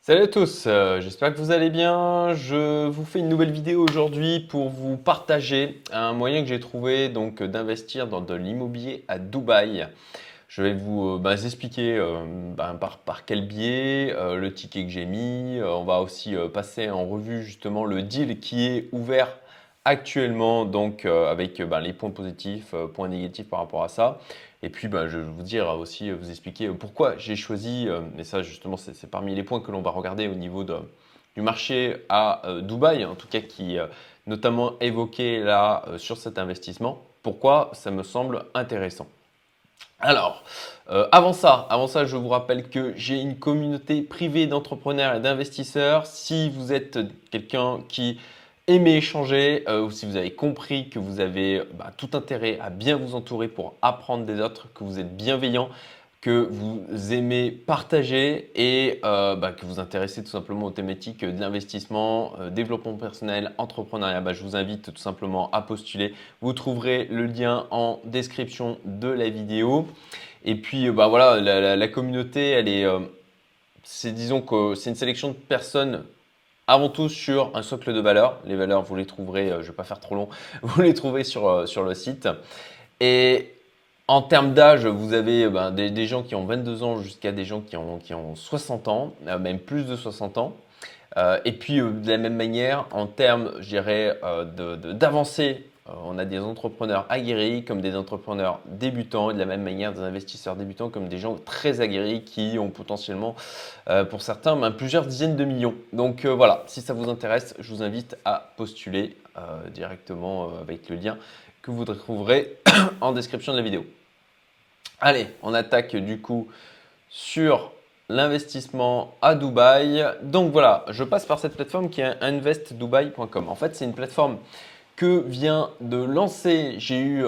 Salut à tous, j'espère que vous allez bien. Je vous fais une nouvelle vidéo aujourd'hui pour vous partager un moyen que j'ai trouvé donc d'investir dans de l'immobilier à Dubaï. Je vais vous expliquer par quel biais, le ticket que j'ai mis. On va aussi passer en revue justement le deal qui est ouvert actuellement, donc avec les points positifs, points négatifs par rapport à ça. Et puis je vais vous dire aussi, vous expliquer pourquoi j'ai choisi, et ça justement c'est parmi les points que l'on va regarder au niveau du marché à Dubaï, en tout cas qui notamment évoqué là sur cet investissement. Pourquoi ça me semble intéressant. Alors, avant ça, je vous rappelle que j'ai une communauté privée d'entrepreneurs et d'investisseurs. Si vous êtes quelqu'un qui aime échanger ou si vous avez compris que vous avez tout intérêt à bien vous entourer pour apprendre des autres, que vous êtes bienveillant, que vous aimez partager et que vous intéressez tout simplement aux thématiques de l'investissement, développement personnel, entrepreneuriat, je vous invite tout simplement à postuler. Vous trouverez le lien en description de la vidéo. Et puis voilà, la communauté, elle est, disons que c'est une sélection de personnes avant tout sur un socle de valeurs. Les valeurs, vous les trouverez, je ne vais pas faire trop long, vous les trouverez sur le site. Et en termes d'âge, vous avez des gens qui ont 22 ans jusqu'à des gens qui ont 60 ans, même plus de 60 ans. Et puis de la même manière, en termes, je dirais, d'avancée, on a des entrepreneurs aguerris comme des entrepreneurs débutants et de la même manière des investisseurs débutants comme des gens très aguerris qui ont potentiellement, pour certains, plusieurs dizaines de millions. Donc voilà, si ça vous intéresse, je vous invite à postuler directement avec le lien que vous trouverez en description de la vidéo. Allez, on attaque du coup sur l'investissement à Dubaï. Donc voilà, je passe par cette plateforme qui est investdubai.com. En fait, c'est une plateforme que vient de lancer. J'ai eu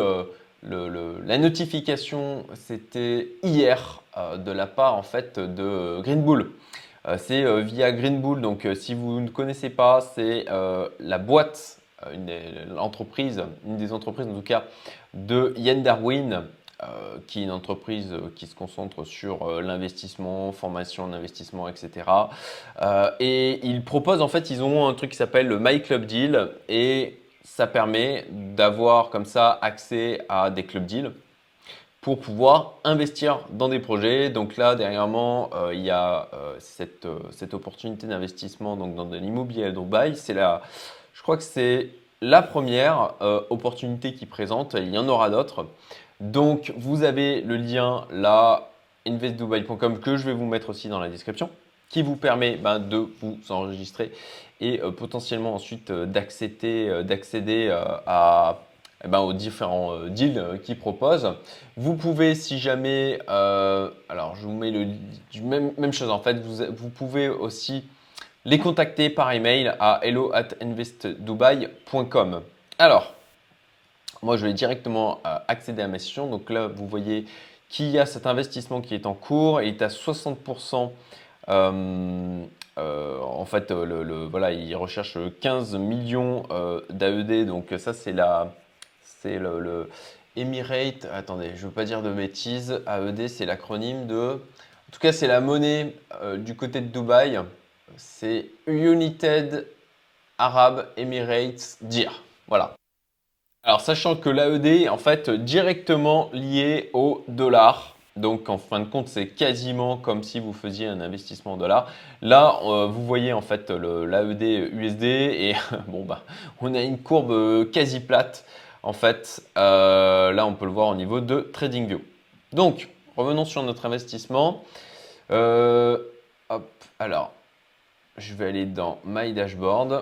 la notification, c'était hier, de la part en fait de Green Bull. C'est via Green Bull. Donc si vous ne connaissez pas, c'est la boîte, l'entreprise, une des entreprises en tout cas de Ian Darwin, qui est une entreprise qui se concentre sur l'investissement, formation en investissement, etc. Et ils proposent, en fait, ils ont un truc qui s'appelle le My Club Deal et ça permet d'avoir comme ça accès à des club deals pour pouvoir investir dans des projets. Donc là, dernièrement, il y a cette opportunité d'investissement donc dans de l'immobilier à Dubaï. Je crois que c'est la première opportunité qui présente. Il y en aura d'autres. Donc, vous avez le lien là, investdubai.com, que je vais vous mettre aussi dans la description, qui vous permet de vous enregistrer et potentiellement ensuite d'accéder aux différents deals qu'ils proposent. Vous pouvez, si jamais, alors je vous mets même chose en fait, vous pouvez aussi les contacter par email à hello@investdubai.com. Alors, moi, je vais directement accéder à ma session. Donc là, vous voyez qu'il y a cet investissement qui est en cours et il est à 60%. En fait, voilà, il recherche 15 millions d'AED. Donc ça, c'est le Emirate. Attendez, je ne veux pas dire de bêtises. AED, c'est l'acronyme de. En tout cas, c'est la monnaie du côté de Dubaï. C'est United Arab Emirates Dir. Voilà. Alors, sachant que l'AED est en fait directement lié au dollar. Donc, en fin de compte, c'est quasiment comme si vous faisiez un investissement en dollars. Là, vous voyez en fait l'AED USD et on a une courbe quasi plate. En fait, là, on peut le voir au niveau de TradingView. Donc, revenons sur notre investissement. Euh, hop, alors, je vais aller dans My Dashboard.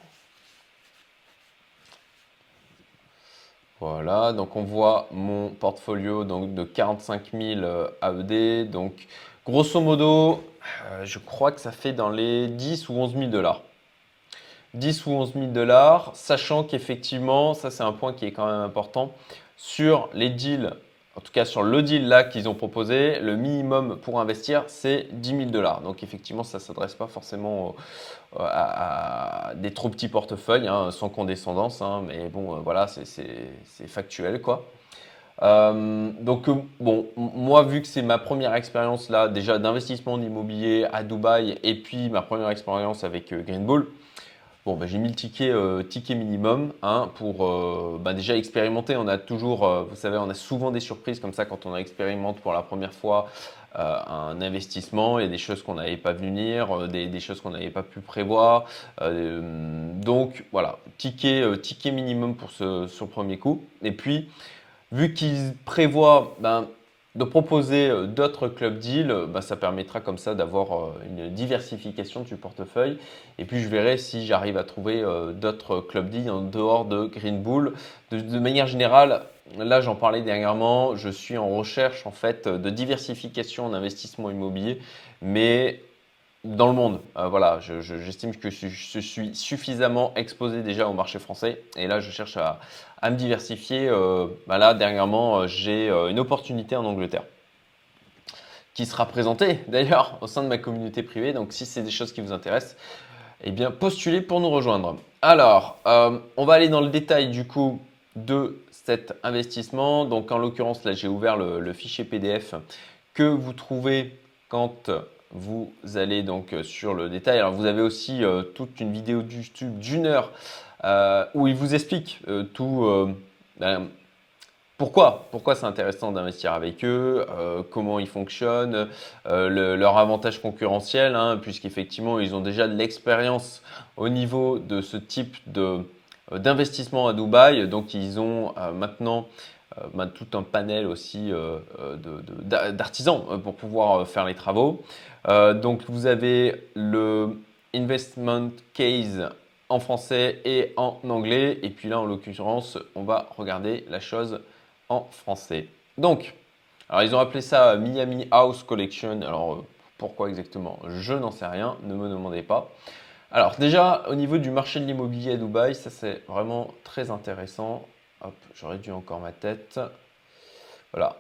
Voilà, donc on voit mon portfolio donc de 45 000 AED. Donc grosso modo, je crois que ça fait dans les 10 ou 11 000 dollars. 10 ou 11 000 dollars, sachant qu'effectivement, ça c'est un point qui est quand même important, sur les deals, en tout cas sur le deal là qu'ils ont proposé, le minimum pour investir c'est 10 000 dollars. Donc effectivement, ça ne s'adresse pas forcément à des trop petits portefeuilles, hein, sans condescendance, hein, mais bon, voilà, c'est factuel quoi. Bon, moi, vu que c'est ma première expérience là, déjà d'investissement en immobilier à Dubaï, et puis ma première expérience avec Green Bull, bon, j'ai mis le ticket minimum hein, pour déjà expérimenter. On a toujours, vous savez, on a souvent des surprises comme ça quand on expérimente pour la première fois un investissement. Il y a des choses qu'on n'avait pas vu venir, des choses qu'on n'avait pas pu prévoir. Donc voilà, ticket minimum pour ce premier coup. Et puis, vu qu'ils prévoient de proposer d'autres club deals, ça permettra comme ça d'avoir une diversification du portefeuille. Et puis je verrai si j'arrive à trouver d'autres club deals en dehors de Green Bull. De manière générale, là j'en parlais dernièrement, je suis en recherche en fait de diversification en investissement immobilier, mais dans le monde. Voilà, j'estime que je suis suffisamment exposé déjà au marché français et là je cherche à me diversifier. Là dernièrement j'ai une opportunité en Angleterre qui sera présentée d'ailleurs au sein de ma communauté privée. Donc si c'est des choses qui vous intéressent, eh bien postulez pour nous rejoindre. Alors, on va aller dans le détail du coup de cet investissement. Donc en l'occurrence là j'ai ouvert le fichier PDF que vous trouvez quand vous allez donc sur le détail. Alors vous avez aussi toute une vidéo du YouTube d'1 heure où il vous explique tout pourquoi c'est intéressant d'investir avec eux, comment ils fonctionnent, leur avantage concurrentiel, hein, puisqu'effectivement ils ont déjà de l'expérience au niveau de ce type d'investissement à Dubaï. Donc ils ont maintenant tout un panel aussi d'artisans pour pouvoir faire les travaux. Donc vous avez le investment case en français et en anglais. Et puis là, en l'occurrence, on va regarder la chose en français. Donc, alors ils ont appelé ça Miami House Collection. Alors pourquoi exactement? Je n'en sais rien, ne me demandez pas. Alors déjà, au niveau du marché de l'immobilier à Dubaï, ça c'est vraiment très intéressant. Hop, je réduis encore ma tête. Voilà.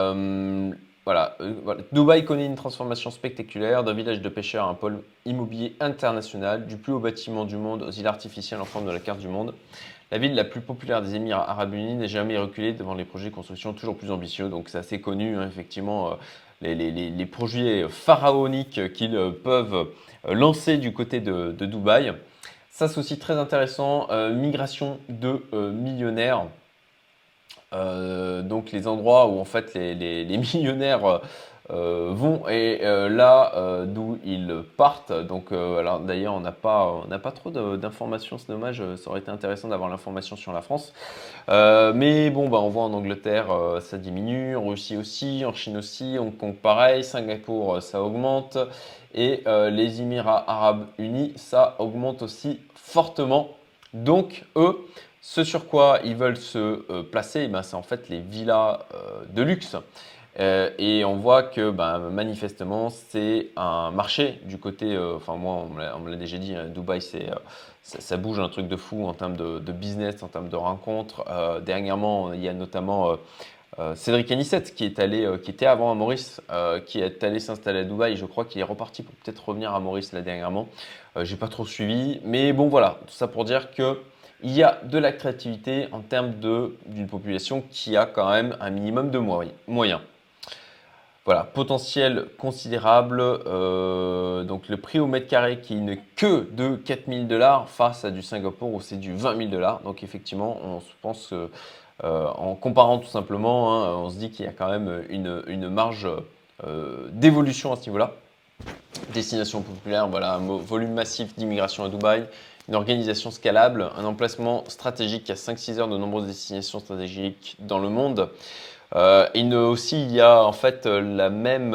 Voilà. Dubaï connaît une transformation spectaculaire d'un village de pêcheurs à un pôle immobilier international, du plus haut bâtiment du monde aux îles artificielles en forme de la carte du monde. La ville la plus populaire des Émirats arabes unis n'est jamais reculée devant les projets de construction toujours plus ambitieux. Donc c'est assez connu, hein, effectivement, les projets pharaoniques qu'ils peuvent lancer du côté de Dubaï. Ça c'est aussi très intéressant, migration de millionnaires. Donc les endroits où en fait les millionnaires vont et là d'où ils partent. Donc alors d'ailleurs on n'a pas trop d'informations, c'est dommage, ça aurait été intéressant d'avoir l'information sur la France. Mais bon on voit en Angleterre ça diminue, en Russie aussi, en Chine aussi, Hong Kong pareil, Singapour ça augmente et les Émirats arabes unis ça augmente aussi fortement. Donc eux, ce sur quoi ils veulent se placer, c'est en fait les villas de luxe. Et on voit que manifestement, c'est un marché du côté, enfin moi on me l'a déjà dit, hein, Dubaï ça bouge un truc de fou en termes de business, en termes de rencontres. Dernièrement, il y a notamment Cédric Anissette qui était avant à Maurice, qui est allé s'installer à Dubaï. Je crois qu'il est reparti pour peut-être revenir à Maurice là dernièrement. J'ai pas trop suivi, mais bon voilà, tout ça pour dire que il y a de la créativité en termes d'une population qui a quand même un minimum de moyens. Voilà, potentiel considérable. Donc le prix au mètre carré qui n'est que de 4 000 $ face à du Singapour où c'est du 20 000 $. Donc effectivement, on se pense en comparant tout simplement, hein, on se dit qu'il y a quand même une marge d'évolution à ce niveau-là. Destination populaire, voilà, un volume massif d'immigration à Dubaï, une organisation scalable, un emplacement stratégique à 5-6 heures de nombreuses destinations stratégiques dans le monde. Aussi, il y a en fait la même,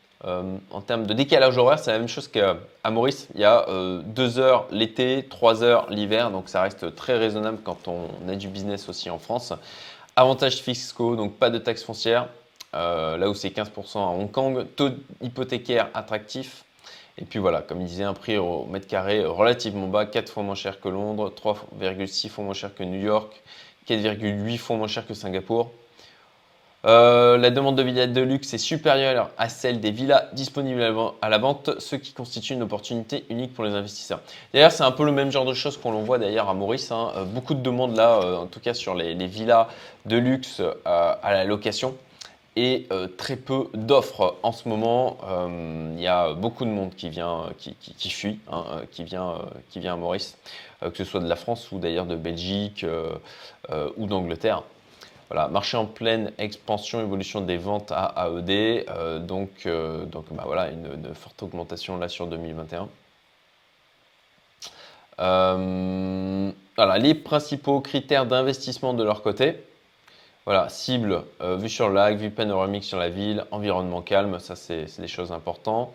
en termes de décalage horaire, c'est la même chose qu'à Maurice. Il y a 2 heures l'été, 3 heures l'hiver, donc ça reste très raisonnable quand on a du business aussi en France. Avantages fiscaux, donc pas de taxes foncières, là où c'est 15% à Hong Kong, taux hypothécaire attractif. Et puis voilà, comme il disait, un prix au mètre carré relativement bas, 4 fois moins cher que Londres, 3,6 fois moins cher que New York, 4,8 fois moins cher que Singapour. La demande de villas de luxe est supérieure à celle des villas disponibles à la vente, ce qui constitue une opportunité unique pour les investisseurs. D'ailleurs, c'est un peu le même genre de choses qu'on le voit d'ailleurs à Maurice, hein. Beaucoup de demandes là, en tout cas sur les villas de luxe à la location. Et très peu d'offres en ce moment. Il y a beaucoup de monde qui vient, qui fuit, hein, qui vient à Maurice, que ce soit de la France ou d'ailleurs de Belgique ou d'Angleterre. Voilà, marché en pleine expansion, évolution des ventes à AED, donc bah voilà, une forte augmentation là sur 2021. Voilà, les principaux critères d'investissement de leur côté. Voilà, cible, vue sur le lac, vue panoramique sur la ville, environnement calme, ça c'est des choses importantes.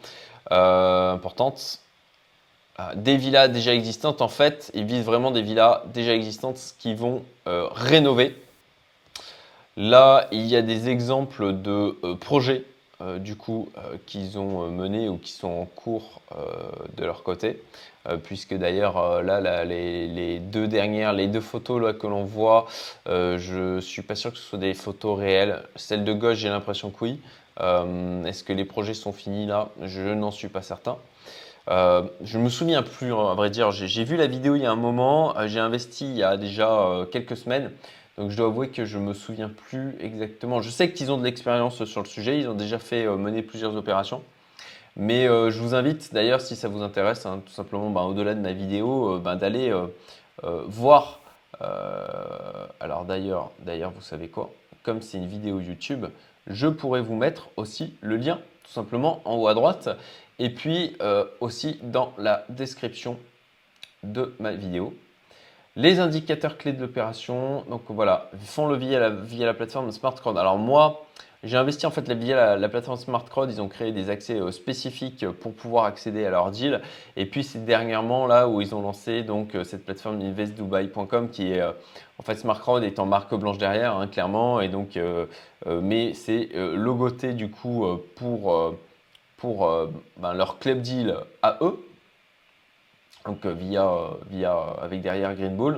Des villas déjà existantes, en fait, ils visent vraiment des villas déjà existantes qui vont rénover. Là, il y a des exemples de projets qu'ils ont menés ou qui sont en cours de leur côté, puisque d'ailleurs là, les deux photos là, que l'on voit, je suis pas sûr que ce soit des photos réelles. Celle de gauche, j'ai l'impression que oui. Est-ce que les projets sont finis là? Je n'en suis pas certain. Je me souviens plus, à vrai dire. J'ai vu la vidéo il y a un moment. J'ai investi il y a déjà quelques semaines. Donc je dois avouer que je me souviens plus exactement. Je sais qu'ils ont de l'expérience sur le sujet. Ils ont déjà fait mener plusieurs opérations. Mais je vous invite d'ailleurs, si ça vous intéresse, hein, tout simplement, au-delà de ma vidéo, d'aller voir. Alors d'ailleurs, vous savez quoi? Comme c'est une vidéo YouTube, je pourrais vous mettre aussi le lien tout simplement en haut à droite et puis aussi dans la description de ma vidéo. Les indicateurs clés de l'opération, donc voilà, font-le via la plateforme SmartCrowd. Alors moi, j'ai investi en fait via la plateforme SmartCrowd. Ils ont créé des accès spécifiques pour pouvoir accéder à leur deal. Et puis c'est dernièrement là où ils ont lancé donc cette plateforme investdubai.com qui est en fait SmartCrowd est en marque blanche derrière, hein, clairement. Et donc, mais c'est logoté du coup pour leur club deal à eux. Donc avec derrière Green Bull.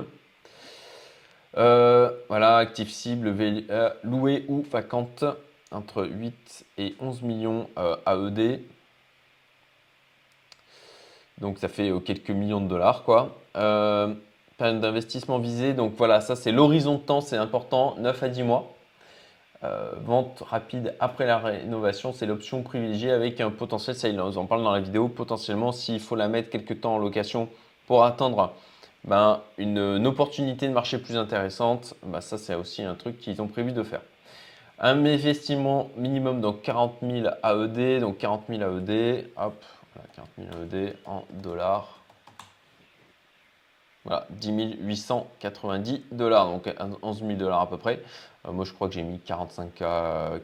Voilà, actif cible, louée ou vacante entre 8 et 11 millions AED. Donc ça fait quelques millions de dollars quoi. Période d'investissement visée, donc voilà, ça c'est l'horizon de temps, c'est important, 9 à 10 mois. Vente rapide après la rénovation, c'est l'option privilégiée avec un potentiel, ça ils en parlent dans la vidéo, potentiellement s'il faut la mettre quelques temps en location pour attendre une opportunité de marché plus intéressante, ça c'est aussi un truc qu'ils ont prévu de faire. Un investissement minimum donc 40 000 AED, donc 40 000 AED, hop, voilà, 40 000 AED en dollars. Voilà, 10 890 dollars, donc 11 000 dollars à peu près. Moi, je crois que j'ai mis 45 AED,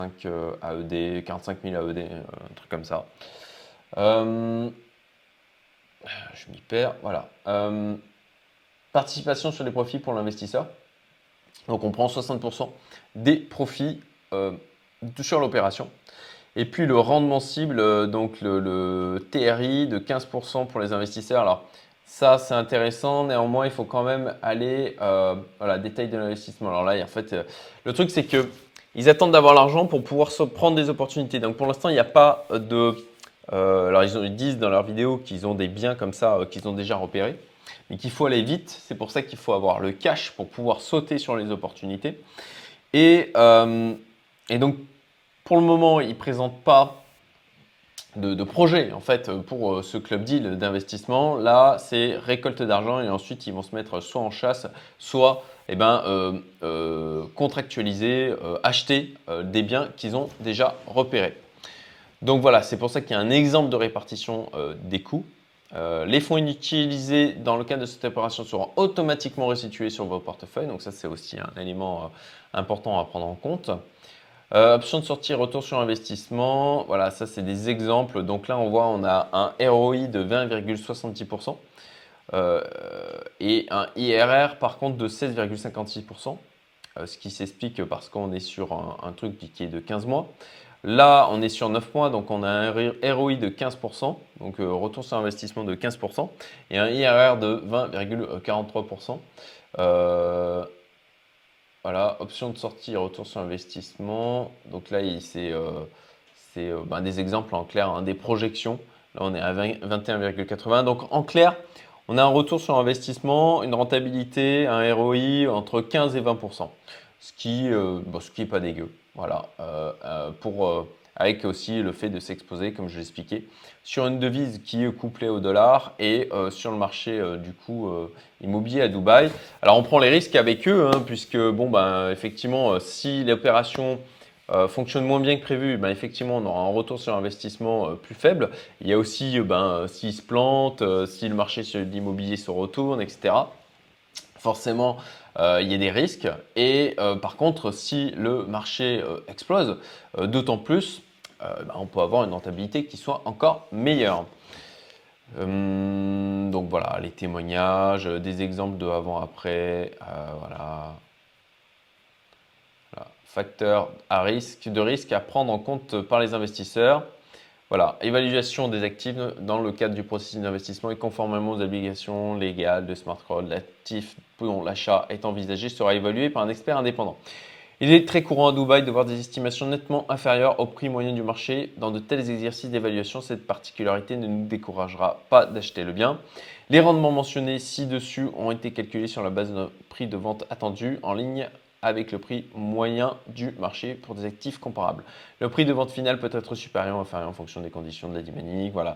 45 000 AED, un truc comme ça. Je m'y perds, voilà. Participation sur les profits pour l'investisseur. Donc, on prend 60% des profits sur l'opération. Et puis, le rendement cible, donc le TRI de 15% pour les investisseurs. Alors, ça, c'est intéressant. Néanmoins, il faut quand même aller voilà, détail de l'investissement. Alors là, en fait, le truc, c'est que ils attendent d'avoir l'argent pour pouvoir se prendre des opportunités. Donc, pour l'instant, il n'y a pas de… alors, ils disent dans leur vidéo qu'ils ont des biens comme ça qu'ils ont déjà repérés, mais qu'il faut aller vite. C'est pour ça qu'il faut avoir le cash pour pouvoir sauter sur les opportunités. Et donc, pour le moment, ils ne présentent pas de projet en fait pour ce club deal d'investissement. Là, c'est récolte d'argent et ensuite ils vont se mettre soit en chasse, soit contractualiser, acheter des biens qu'ils ont déjà repérés. Donc voilà, c'est pour ça qu'il y a un exemple de répartition des coûts. Les fonds inutilisés dans le cadre de cette opération seront automatiquement restitués sur vos portefeuilles. Donc ça, c'est aussi un élément important à prendre en compte. Option de sortie, retour sur investissement. Voilà, ça c'est des exemples. Donc là, on a un ROI de 20,70% et un IRR par contre de 16,56%. Ce qui s'explique parce qu'on est sur un truc qui est de 15 mois. Là, on est sur 9 mois, donc on a un ROI de 15%, donc retour sur investissement de 15%, et un IRR de 20,43%. Voilà, option de sortie, retour sur investissement. Donc là, c'est des exemples en clair, hein, des projections. Là, on est à 21,80. Donc en clair, on a un retour sur investissement, une rentabilité, un ROI entre 15 et 20%, ce qui est pas dégueu. Voilà, avec aussi le fait de s'exposer, comme je l'expliquais, sur une devise qui est couplée au dollar et sur le marché immobilier à Dubaï. Alors on prend les risques avec eux, hein, puisque effectivement, si l'opération fonctionne moins bien que prévu, effectivement, on aura un retour sur investissement plus faible. Il y a aussi, s'il se plante, si le marché de l'immobilier se retourne, etc. Forcément, il y a des risques. Et par contre, si le marché explose, d'autant plus, on peut avoir une rentabilité qui soit encore meilleure. Donc voilà, les témoignages, des exemples de avant-après, voilà. Voilà. Facteurs de risque à prendre en compte par les investisseurs. Voilà, évaluation des actifs dans le cadre du processus d'investissement et conformément aux obligations légales de SmartCrowd. L'actif dont l'achat est envisagé sera évalué par un expert indépendant. Il est très courant à Dubaï de voir des estimations nettement inférieures au prix moyen du marché. Dans de tels exercices d'évaluation, cette particularité ne nous découragera pas d'acheter le bien. Les rendements mentionnés ci-dessus ont été calculés sur la base d'un prix de vente attendu en ligne avec le prix moyen du marché pour des actifs comparables. Le prix de vente final peut être supérieur ou inférieur en fonction des conditions de la dynamique. Voilà.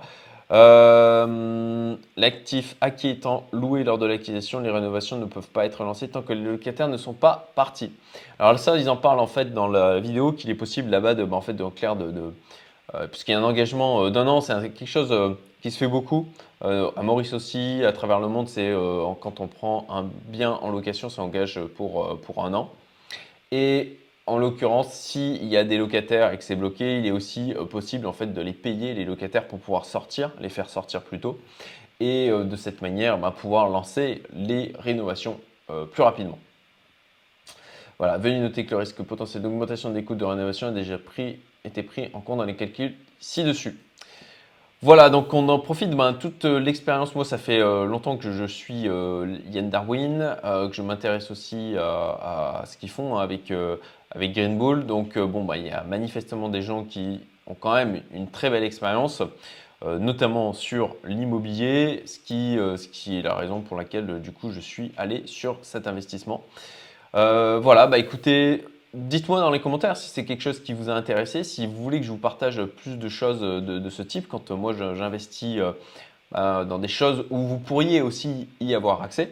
L'actif acquis étant loué lors de l'acquisition, les rénovations ne peuvent pas être lancées tant que les locataires ne sont pas partis. Alors ça, ils en parlent en fait dans la vidéo qu'il est possible là-bas puisqu'il y a un engagement d'un an, c'est quelque chose qui se fait beaucoup. À Maurice aussi, à travers le monde, c'est quand on prend un bien en location, ça engage pour un an. Et en l'occurrence, s'il y a des locataires et que c'est bloqué, il est aussi possible en fait de les payer, les locataires, pour pouvoir sortir, les faire sortir plus tôt. Et de cette manière, pouvoir lancer les rénovations plus rapidement. Voilà, veuillez noter que le risque potentiel d'augmentation des coûts de rénovation a déjà été pris en compte dans les calculs ci-dessus. Voilà, donc on en profite, toute l'expérience. Moi, ça fait longtemps que je suis Yann Darwin, que je m'intéresse aussi à ce qu'ils font, hein, avec Green Bull. Donc, il y a manifestement des gens qui ont quand même une très belle expérience, notamment sur l'immobilier, ce qui est la raison pour laquelle, du coup, je suis allé sur cet investissement. Voilà, écoutez, dites-moi dans les commentaires si c'est quelque chose qui vous a intéressé, si vous voulez que je vous partage plus de choses de ce type quand moi j'investis dans des choses où vous pourriez aussi y avoir accès.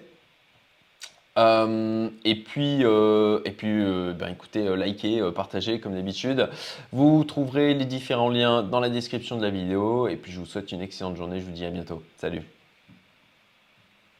Écoutez, likez, partagez comme d'habitude. Vous trouverez les différents liens dans la description de la vidéo et puis je vous souhaite une excellente journée. Je vous dis à bientôt. Salut!